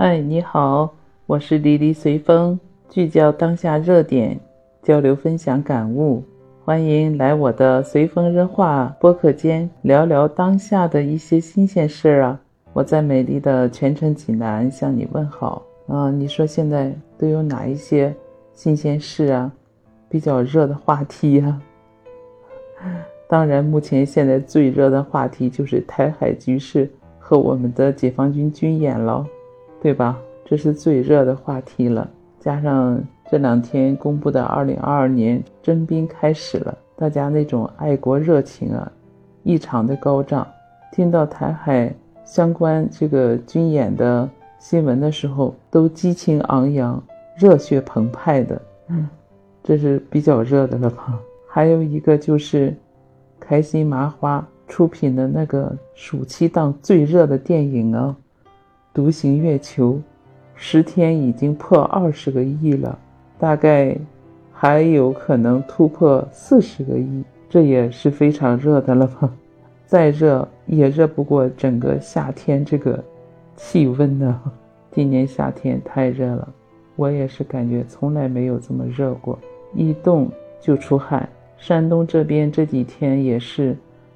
嗨，你好，我是离离随风，聚焦当下热点，交流分享感悟。欢迎来我的随风热话播客间，聊聊当下的一些新鲜事啊。我在美丽的泉城济南向你问好你说现在都有哪一些新鲜事啊？比较热的话题啊？当然，目前现在最热的话题就是台海局势和我们的解放军军演了，对吧？这是最热的话题了。加上这2天公布的2022年征兵开始了，大家那种爱国热情啊，异常的高涨。听到台海相关这个军演的新闻的时候，都激情昂扬，热血澎湃的。这是比较热的了吧？还有一个就是开心麻花出品的那个暑期档最热的电影啊，独行月球10天已经破20个亿了，大概还有可能突破40个亿，这也是非常热的了吧？再热也热不过整个夏天这个气温呢。今年夏天太热了，我也是感觉从来没有这么热过，一动就出汗。山东这边这几天也是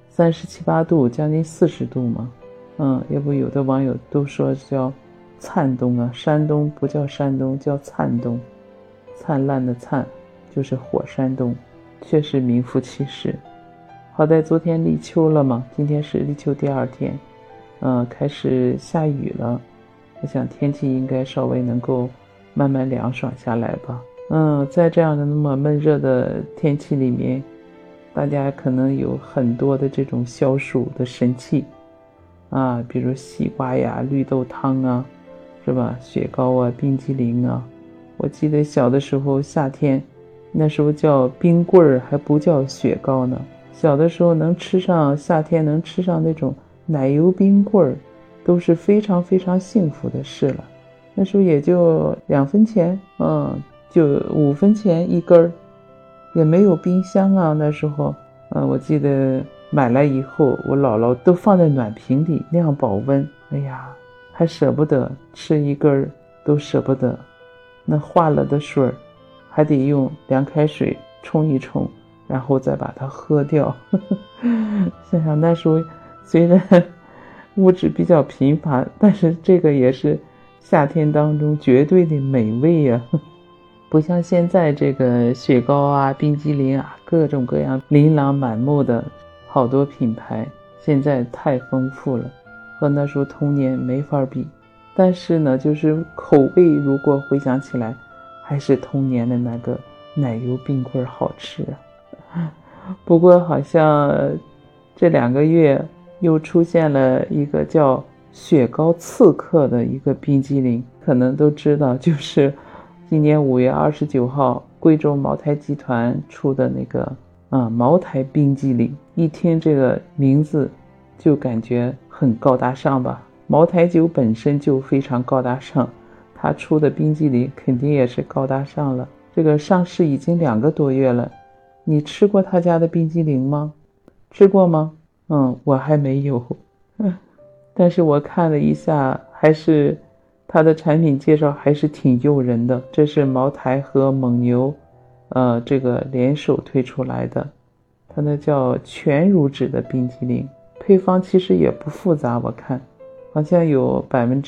37、8度，将近40度嘛。要不有的网友都说叫灿冬啊，山东不叫山东，叫灿冬，灿烂的灿就是火山冬，确实名副其实。好在昨天立秋了嘛，今天是立秋第2天，开始下雨了，我想天气应该稍微能够慢慢凉爽下来吧。在这样的那么闷热的天气里面，大家可能有很多的这种消暑的神器啊，比如西瓜呀、绿豆汤啊，是吧？雪糕啊、冰激凌啊。我记得小的时候夏天，那时候叫冰棍儿，还不叫雪糕呢。小的时候夏天能吃上那种奶油冰棍儿，都是非常非常幸福的事了。那时候也就2分钱，就5分钱一根儿，也没有冰箱啊。那时候，我记得买来以后，我姥姥都放在暖瓶里那样保温。哎呀，还舍不得吃一根儿，都舍不得。那化了的水还得用凉开水冲一冲，然后再把它喝掉。想想那时候虽然物质比较贫乏，但是这个也是夏天当中绝对的美味呀。不像现在这个雪糕啊、冰激凌啊，各种各样琳琅满目的好多品牌，现在太丰富了，和那时候童年没法比。但是呢，就是口味如果回想起来，还是童年的那个奶油冰棍好吃啊。不过好像这2个月又出现了一个叫雪糕刺客的一个冰激凌，可能都知道，就是今年5月29号贵州茅台集团出的那个茅台冰激凌。一听这个名字就感觉很高大上吧，茅台酒本身就非常高大上，它出的冰激凌肯定也是高大上了。这个上市已经2个多月了，你吃过他家的冰激凌吗？吃过吗？我还没有。但是我看了一下，还是它的产品介绍还是挺诱人的。这是茅台和蒙牛这个联手推出来的，它那叫全乳脂的冰激凌，配方其实也不复杂，我看好像有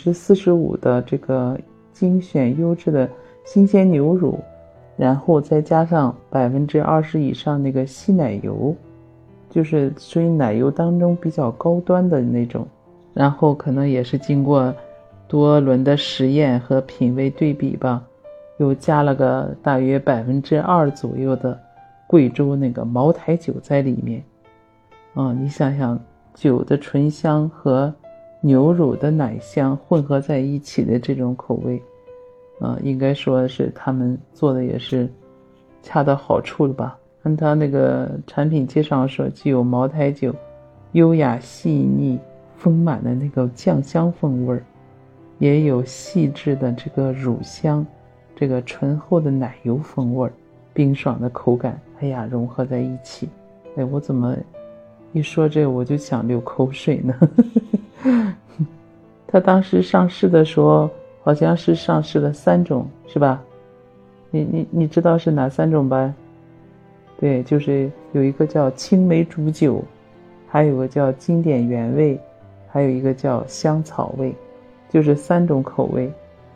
45%的这个精选优质的新鲜牛乳，然后再加上20%以上那个稀奶油，就是属于奶油当中比较高端的那种。然后可能也是经过多轮的实验和品味对比吧，又加了个大约2%左右的贵州那个茅台酒在里面。你想想，酒的醇香和牛乳的奶香混合在一起的这种口味，应该说是他们做的也是恰到好处的吧。按他那个产品介绍说，既有茅台酒优雅细腻丰满的那个酱香风味，也有细致的这个乳香，这个醇厚的奶油风味，冰爽的口感，融合在一起。我怎么一说这个我就想流口水呢？他当时上市的时候好像是上市了3种，是吧？你知道是哪3种吧？对，就是有一个叫青梅煮酒，还有个叫经典原味，还有一个叫香草味，就是3种口味。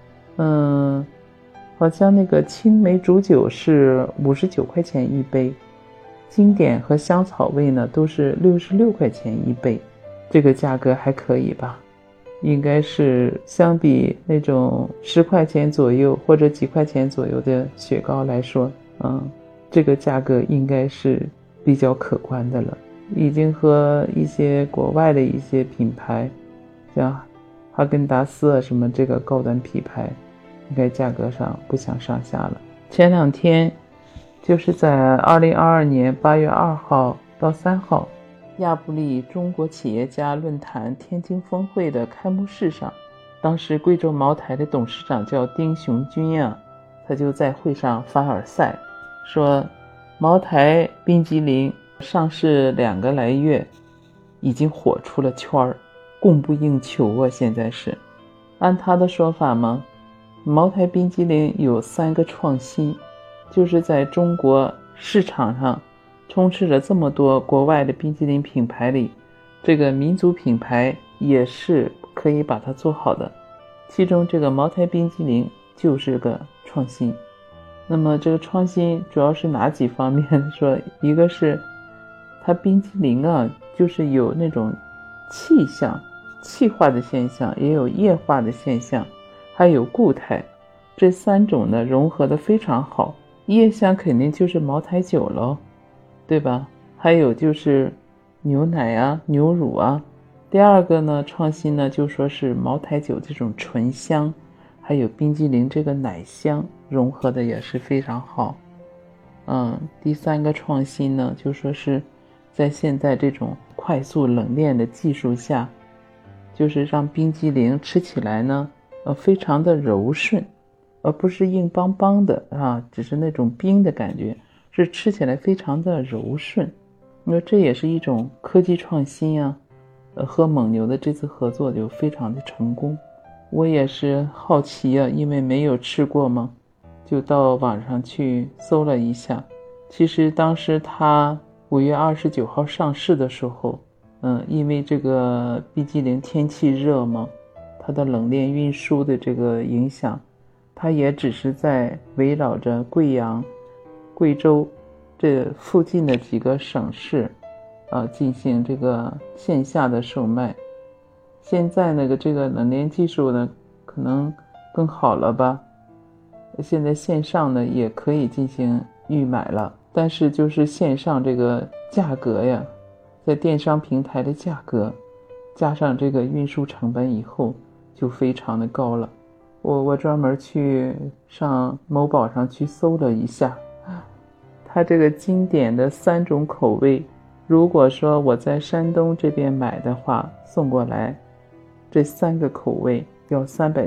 好像那个青梅煮酒是59块钱一杯，经典和香草味呢都是66块钱一杯，这个价格还可以吧？应该是相比那种10块钱左右或者几块钱左右的雪糕来说，这个价格应该是比较可观的了，已经和一些国外的一些品牌，像哈根达斯啊什么这个高端品牌，应该价格上不相上下了。前2天就是在2022年8月2号到3号亚布力中国企业家论坛天津峰会的开幕式上，当时贵州茅台的董事长叫丁雄军啊，他就在会上凡尔赛，说茅台冰激凌上市2个来月已经火出了圈儿，供不应求啊！现在是按他的说法嘛，茅台冰激凌有3个创新，就是在中国市场上充斥着这么多国外的冰激凌品牌里，这个民族品牌也是可以把它做好的，其中这个茅台冰激凌就是个创新。那么这个创新主要是哪几方面？说一个是它冰激凌啊，就是有那种气化的现象，也有液化的现象，还有固态，这3种呢融合的非常好。液香肯定就是茅台酒咯，对吧？还有就是牛奶啊、牛乳啊。第2个呢创新呢，就说是茅台酒这种醇香，还有冰激凌这个奶香融合的也是非常好。第3个创新呢，就说是在现在这种快速冷链的技术下，就是让冰激凌吃起来呢非常的柔顺，而不是硬邦邦的只是那种冰的感觉，是吃起来非常的柔顺。那这也是一种科技创新啊，和蒙牛的这次合作就非常的成功。我也是好奇啊，因为没有吃过嘛，就到网上去搜了一下。其实当时它5月29号上市的时候，因为这个冰激凌天气热嘛，它的冷链运输的这个影响，它也只是在围绕着贵阳、贵州这附近的几个省市进行这个线下的售卖。现在这个冷链技术呢可能更好了吧，现在线上呢也可以进行预买了，但是就是线上这个价格呀，在电商平台的价格加上这个运输成本以后就非常的高了。我专门去上某宝上去搜了一下，它这个经典的3种口味，如果说我在山东这边买的话，送过来这3个口味要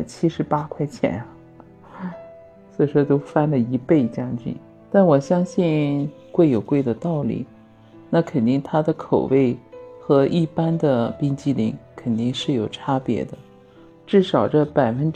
378块钱所以说都翻了1倍将近。但我相信贵有贵的道理，那肯定它的口味和一般的冰激凌肯定是有差别的，至少这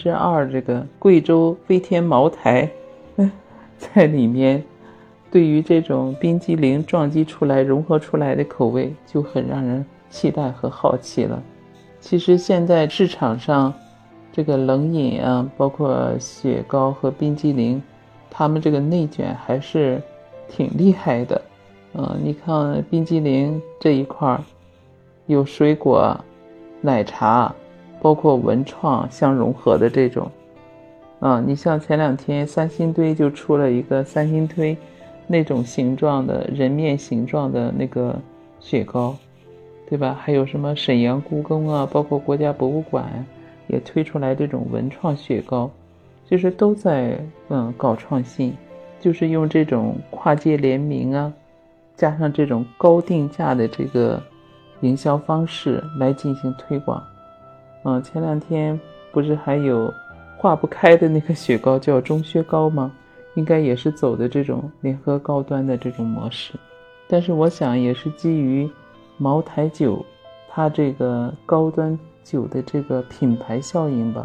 2%这个贵州飞天茅台在里面，对于这种冰激凌撞击出来融合出来的口味就很让人期待和好奇了。其实现在市场上这个冷饮啊，包括雪糕和冰激凌，他们这个内卷还是挺厉害的。你看冰激凌这一块有水果、奶茶，包括文创相融合的这种。你像前2天三星堆就出了一个三星堆那种形状的人面形状的那个雪糕，对吧？还有什么沈阳故宫啊，包括国家博物馆也推出来这种文创雪糕，就是都在搞创新，就是用这种跨界联名啊，加上这种高定价的这个营销方式来进行推广。前2天不是还有化不开的那个雪糕叫钟薛高吗？应该也是走的这种联合高端的这种模式。但是我想也是基于茅台酒它这个高端酒的这个品牌效应吧，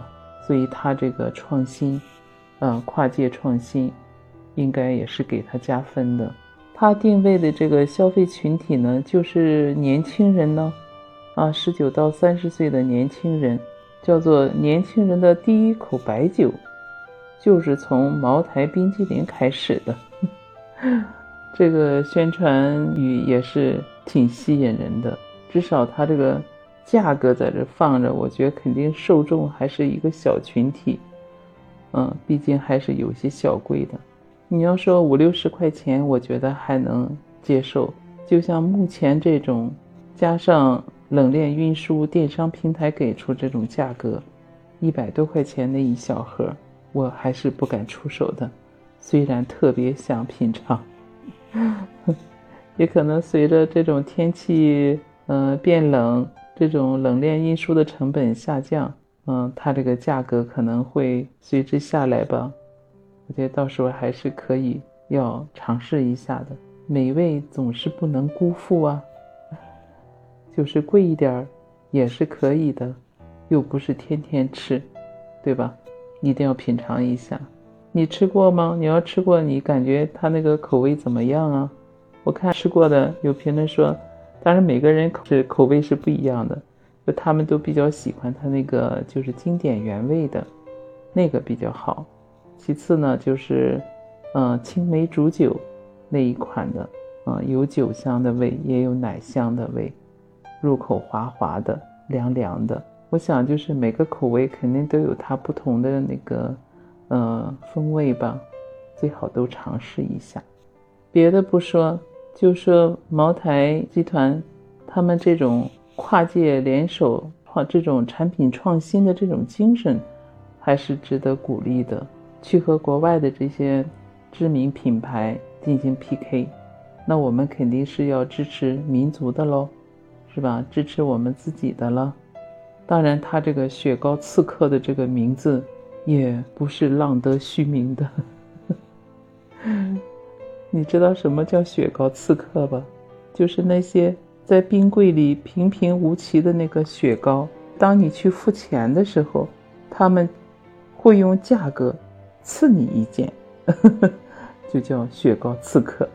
所以它这个创新，跨界创新，应该也是给它加分的。它定位的这个消费群体呢，就是年轻人呢，19到30岁的年轻人，叫做年轻人的第一口白酒，就是从茅台冰激凌开始的。这个宣传语也是挺吸引人的，至少它这个价格在这放着，我觉得肯定受众还是一个小群体，毕竟还是有些小贵的。你要说50-60块钱，我觉得还能接受。就像目前这种，加上冷链运输电商平台给出这种价格，100多块钱那一小盒，我还是不敢出手的。虽然特别想品尝，也可能随着这种天气变冷，这种冷链运输的成本下降，它这个价格可能会随之下来吧。我觉得到时候还是可以要尝试一下的，美味总是不能辜负啊。就是贵一点也是可以的，又不是天天吃，对吧？一定要品尝一下。你吃过吗？你要吃过，你感觉它那个口味怎么样啊？我看吃过的有评论说，当然每个人口味是不一样的，就他们都比较喜欢它那个就是经典原味的那个比较好。其次呢，就是青梅煮酒那一款的，有酒香的味，也有奶香的味，入口滑滑的，凉凉的。我想就是每个口味肯定都有它不同的那个风味吧，最好都尝试一下。别的不说，就说茅台集团他们这种跨界联手这种产品创新的这种精神还是值得鼓励的，去和国外的这些知名品牌进行 PK， 那我们肯定是要支持民族的咯，是吧？支持我们自己的了。当然他这个雪糕刺客的这个名字也不是浪得虚名的。你知道什么叫雪糕刺客吧？就是那些在冰柜里平平无奇的那个雪糕，当你去付钱的时候，他们会用价格刺你一件，就叫雪糕刺客。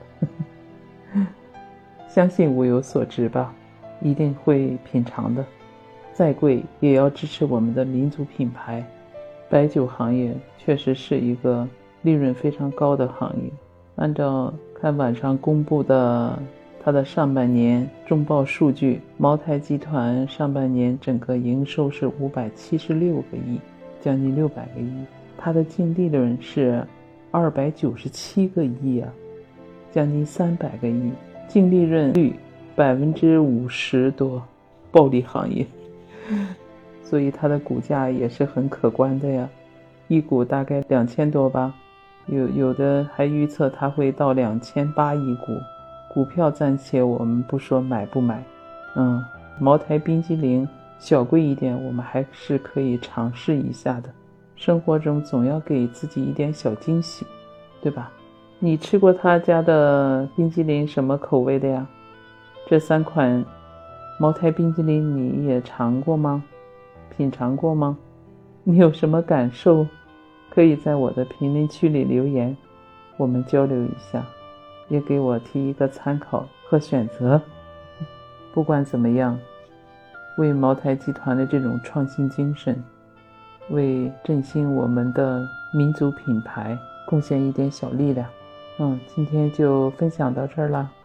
相信物有所值吧，一定会品尝的。再贵也要支持我们的民族品牌。白酒行业确实是一个利润非常高的行业。按照看网上公布的它的上半年中报数据，茅台集团上半年整个营收是576个亿，将近600个亿，它的净利润是297个亿啊，将近300个亿，净利润率50%多，暴利行业。所以它的股价也是很可观的呀，一股大概2000多吧，有的还预测它会到2800一股。股票暂且我们不说买不买，茅台冰激凌小贵一点我们还是可以尝试一下的，生活中总要给自己一点小惊喜，对吧？你吃过他家的冰激凌什么口味的呀？这3款茅台冰激凌你也尝过吗？品尝过吗？你有什么感受？可以在我的评论区里留言，我们交流一下，也给我提一个参考和选择。不管怎么样，为茅台集团的这种创新精神，为振兴我们的民族品牌贡献一点小力量。今天就分享到这儿了。